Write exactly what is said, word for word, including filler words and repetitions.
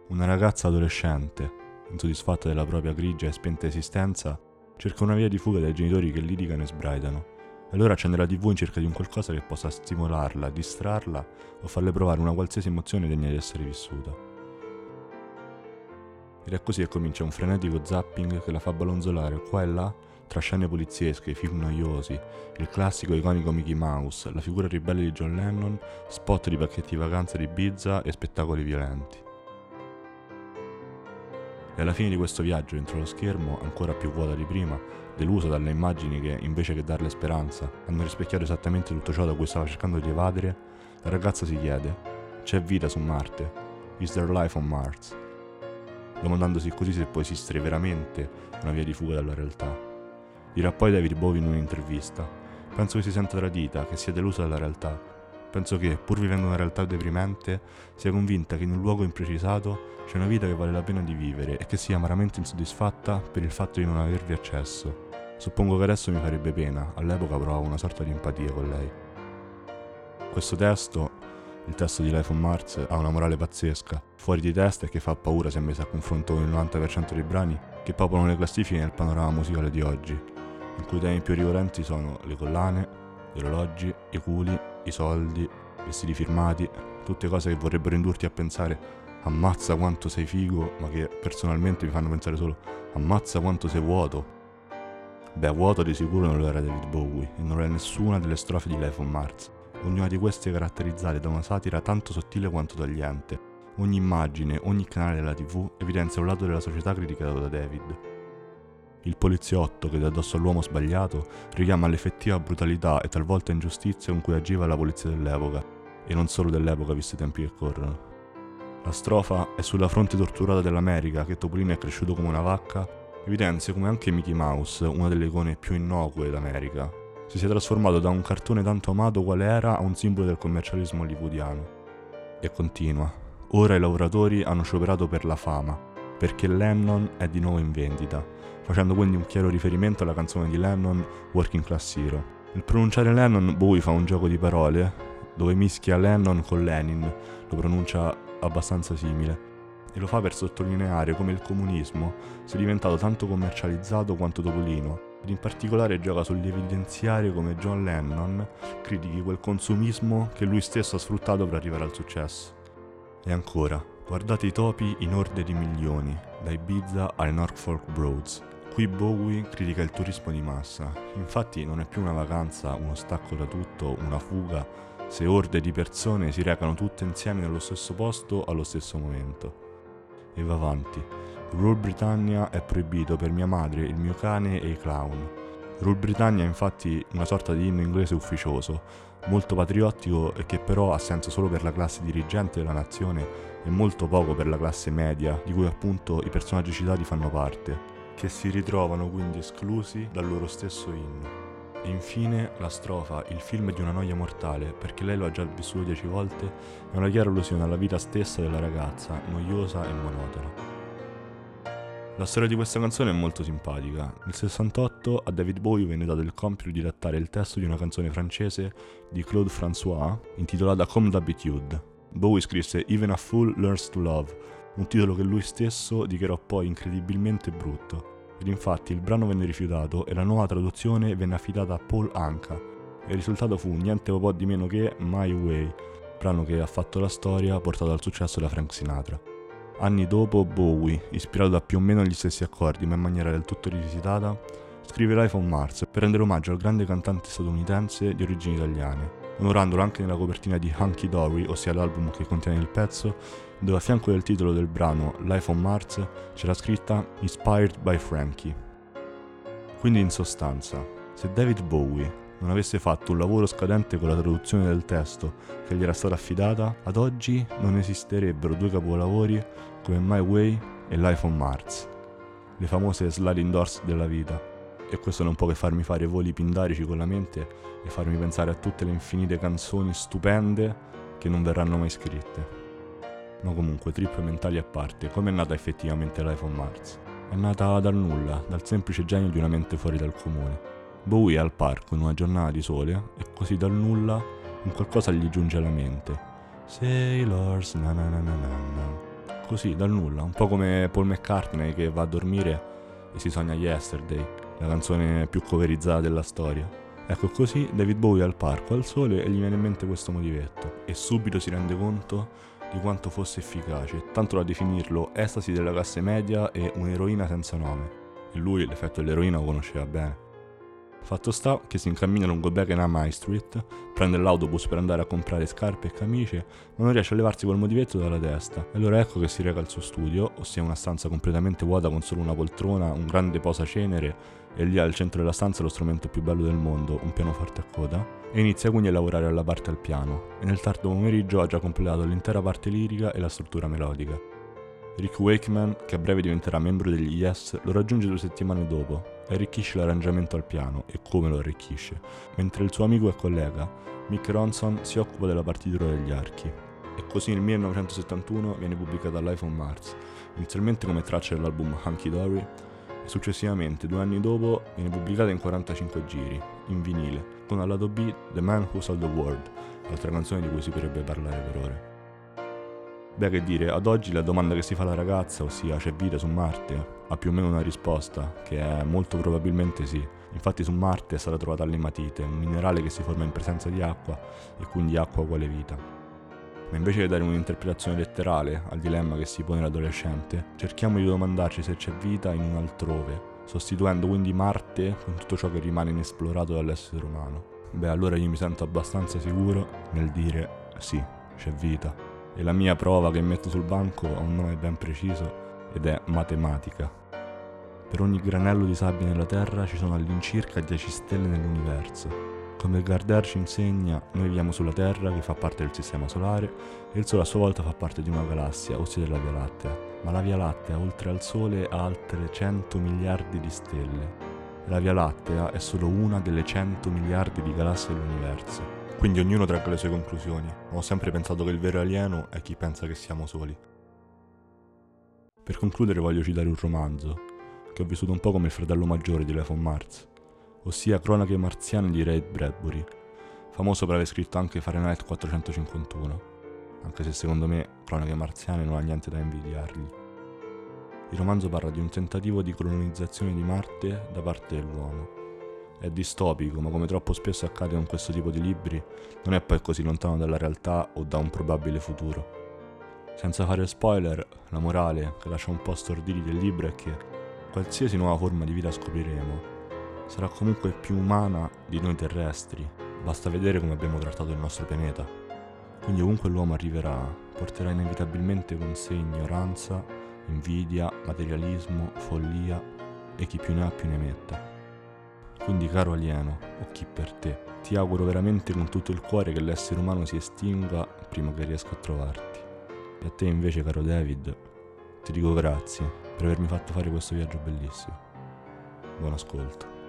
Una ragazza adolescente, insoddisfatta della propria grigia e spenta esistenza, cerca una via di fuga dai genitori che litigano e sbraitano, e allora accende la tivù in cerca di un qualcosa che possa stimolarla, distrarla o farle provare una qualsiasi emozione degna di essere vissuta. Ed è così che comincia un frenetico zapping che la fa ballonzolare qua e là tra scene poliziesche, film noiosi, il classico iconico Mickey Mouse, la figura ribelle di John Lennon, spot di pacchetti vacanza di Ibiza e spettacoli violenti. E alla fine di questo viaggio dentro lo schermo, ancora più vuota di prima, delusa dalle immagini che, invece che darle speranza, hanno rispecchiato esattamente tutto ciò da cui stava cercando di evadere, la ragazza si chiede: c'è vita su Marte? Is there life on Mars? Domandandosi così se può esistere veramente una via di fuga dalla realtà. Dirà poi David Bowie in un'intervista: penso che si senta tradita, che sia delusa dalla realtà. Penso che, pur vivendo una realtà deprimente, sia convinta che in un luogo imprecisato c'è una vita che vale la pena di vivere e che sia amaramente insoddisfatta per il fatto di non avervi accesso. Suppongo che adesso mi farebbe pena, all'epoca provavo una sorta di empatia con lei. Questo testo, il testo di Life on Mars, ha una morale pazzesca, fuori di testa e che fa paura se messa a confronto con il novanta per cento dei brani che popolano le classifiche nel panorama musicale di oggi, in cui i temi più ricorrenti sono le collane, gli orologi, i culi, i soldi, i vestiti firmati, tutte cose che vorrebbero indurti a pensare ammazza quanto sei figo, ma che personalmente mi fanno pensare solo ammazza quanto sei vuoto. Beh, vuoto di sicuro non lo era David Bowie e non lo è nessuna delle strofe di Life on Mars, ognuna di queste caratterizzate da una satira tanto sottile quanto tagliente. Ogni immagine, ogni canale della tivù evidenzia un lato della società criticato da David. Il poliziotto che da addosso all'uomo sbagliato richiama l'effettiva brutalità e talvolta ingiustizia con cui agiva la polizia dell'epoca, e non solo dell'epoca visto i tempi che corrono. La strofa è sulla fronte torturata dell'America che Topolino è cresciuto come una vacca, evidenzia come anche Mickey Mouse, una delle icone più innocue d'America, si sia trasformato da un cartone tanto amato quale era a un simbolo del commercialismo hollywoodiano. E continua: ora i lavoratori hanno scioperato per la fama, perché Lennon è di nuovo in vendita, facendo quindi un chiaro riferimento alla canzone di Lennon, Working Class Hero. Nel pronunciare Lennon, Bowie fa un gioco di parole, dove mischia Lennon con Lenin, lo pronuncia abbastanza simile, e lo fa per sottolineare come il comunismo sia diventato tanto commercializzato quanto Topolino, ed in particolare gioca sull'evidenziare come John Lennon critichi quel consumismo che lui stesso ha sfruttato per arrivare al successo. E ancora, guardate i topi in orde di milioni, da Ibiza ai Norfolk Broads. Qui Bowie critica il turismo di massa, infatti non è più una vacanza, uno stacco da tutto, una fuga, se orde di persone si recano tutte insieme nello stesso posto allo stesso momento. E va avanti. Rule Britannia è proibito per mia madre, il mio cane e i clown. Rule Britannia è infatti una sorta di inno inglese ufficioso, molto patriottico e che però ha senso solo per la classe dirigente della nazione e molto poco per la classe media, di cui appunto i personaggi citati fanno parte, che si ritrovano quindi esclusi dal loro stesso inno. E infine la strofa "il film è di una noia mortale, perché lei lo ha già vissuto dieci volte" è una chiara allusione alla vita stessa della ragazza, noiosa e monotona. La storia di questa canzone è molto simpatica. Nel sessantotto a David Bowie venne dato il compito di adattare il testo di una canzone francese di Claude François intitolata Comme d'habitude. Bowie scrisse Even a Fool Learns to Love, un titolo che lui stesso dichiarò poi incredibilmente brutto. Ed infatti il brano venne rifiutato e la nuova traduzione venne affidata a Paul Anka, e il risultato fu niente po' di meno che My Way, brano che ha fatto la storia portato al successo da Frank Sinatra. Anni dopo Bowie, ispirato da più o meno gli stessi accordi ma in maniera del tutto rivisitata, scrive Life on Mars per rendere omaggio al grande cantante statunitense di origini italiane, onorandolo anche nella copertina di Hunky Dory, ossia l'album che contiene il pezzo, dove a fianco del titolo del brano Life on Mars c'era scritta Inspired by Frankie. Quindi in sostanza, se David Bowie non avesse fatto un lavoro scadente con la traduzione del testo che gli era stata affidata, ad oggi non esisterebbero due capolavori come My Way e Life on Mars, le famose sliding doors della vita. E questo non può che farmi fare voli pindarici con la mente e farmi pensare a tutte le infinite canzoni stupende che non verranno mai scritte. Ma comunque, trip mentali a parte, come è nata effettivamente Life on Mars? È nata dal nulla, dal semplice genio di una mente fuori dal comune. Bowie è al parco in una giornata di sole e così dal nulla un qualcosa gli giunge alla mente. Sailors na na na na na na. così, dal nulla, un po' come Paul McCartney che va a dormire e si sogna Yesterday, la canzone più coverizzata della storia. Ecco, così David Bowie al parco, al sole, e gli viene in mente questo motivetto, e subito si rende conto di quanto fosse efficace, tanto da definirlo estasi della classe media e un'eroina senza nome. E lui l'effetto dell'eroina lo conosceva bene. Fatto sta che si incammina lungo Beckenham High Street, prende l'autobus per andare a comprare scarpe e camicie, ma non riesce a levarsi quel motivetto dalla testa. E allora ecco che si reca al suo studio, ossia una stanza completamente vuota con solo una poltrona, un grande posacenere e lì al centro della stanza lo strumento più bello del mondo, un pianoforte a coda, e inizia quindi a lavorare alla parte al piano, e nel tardo pomeriggio ha già completato l'intera parte lirica e la struttura melodica. Rick Wakeman, che a breve diventerà membro degli Yes, lo raggiunge due settimane dopo e arricchisce l'arrangiamento al piano, e come lo arricchisce, mentre il suo amico e collega Mick Ronson si occupa della partitura degli archi. E così nel millenovecentosettantuno viene pubblicata Life on Mars, inizialmente come traccia dell'album Hunky Dory, e successivamente, due anni dopo, viene pubblicata in quarantacinque giri, in vinile, con al lato B The Man Who Sold the World, altra canzone di cui si potrebbe parlare per ore. Beh, che dire, ad oggi la domanda che si fa la ragazza, ossia c'è vita su Marte, ha più o meno una risposta, che è molto probabilmente sì. Infatti su Marte è stata trovata l'ematite, un minerale che si forma in presenza di acqua e quindi acqua uguale vita. Ma invece di dare un'interpretazione letterale al dilemma che si pone l'adolescente, cerchiamo di domandarci se c'è vita in un altrove, sostituendo quindi Marte con tutto ciò che rimane inesplorato dall'essere umano. Beh, allora io mi sento abbastanza sicuro nel dire sì, c'è vita. E la mia prova che metto sul banco ha un nome ben preciso ed è matematica. Per ogni granello di sabbia nella Terra ci sono all'incirca dieci stelle nell'universo. Come Gardner ci insegna, noi viviamo sulla Terra che fa parte del Sistema Solare e il Sole a sua volta fa parte di una galassia, ossia della Via Lattea. Ma la Via Lattea, oltre al Sole, ha altre cento miliardi di stelle. La Via Lattea è solo una delle cento miliardi di galassie dell'universo. Quindi ognuno tragga le sue conclusioni, ma ho sempre pensato che il vero alieno è chi pensa che siamo soli. Per concludere voglio citare un romanzo, che ho vissuto un po' come il fratello maggiore di Life on Mars, ossia Cronache marziane di Ray Bradbury, famoso per aver scritto anche Fahrenheit quattrocentocinquantuno, anche se secondo me Cronache marziane non ha niente da invidiargli. Il romanzo parla di un tentativo di colonizzazione di Marte da parte dell'uomo. È distopico, ma come troppo spesso accade con questo tipo di libri, non è poi così lontano dalla realtà o da un probabile futuro. Senza fare spoiler, la morale che lascia un po' storditi del libro è che qualsiasi nuova forma di vita scopriremo sarà comunque più umana di noi terrestri, basta vedere come abbiamo trattato il nostro pianeta. Quindi ovunque l'uomo arriverà, porterà inevitabilmente con sé ignoranza, invidia, materialismo, follia e chi più ne ha più ne metta. Quindi caro alieno, o chi per te, ti auguro veramente con tutto il cuore che l'essere umano si estingua prima che riesca a trovarti. E a te invece, caro David, ti dico grazie per avermi fatto fare questo viaggio bellissimo. Buon ascolto.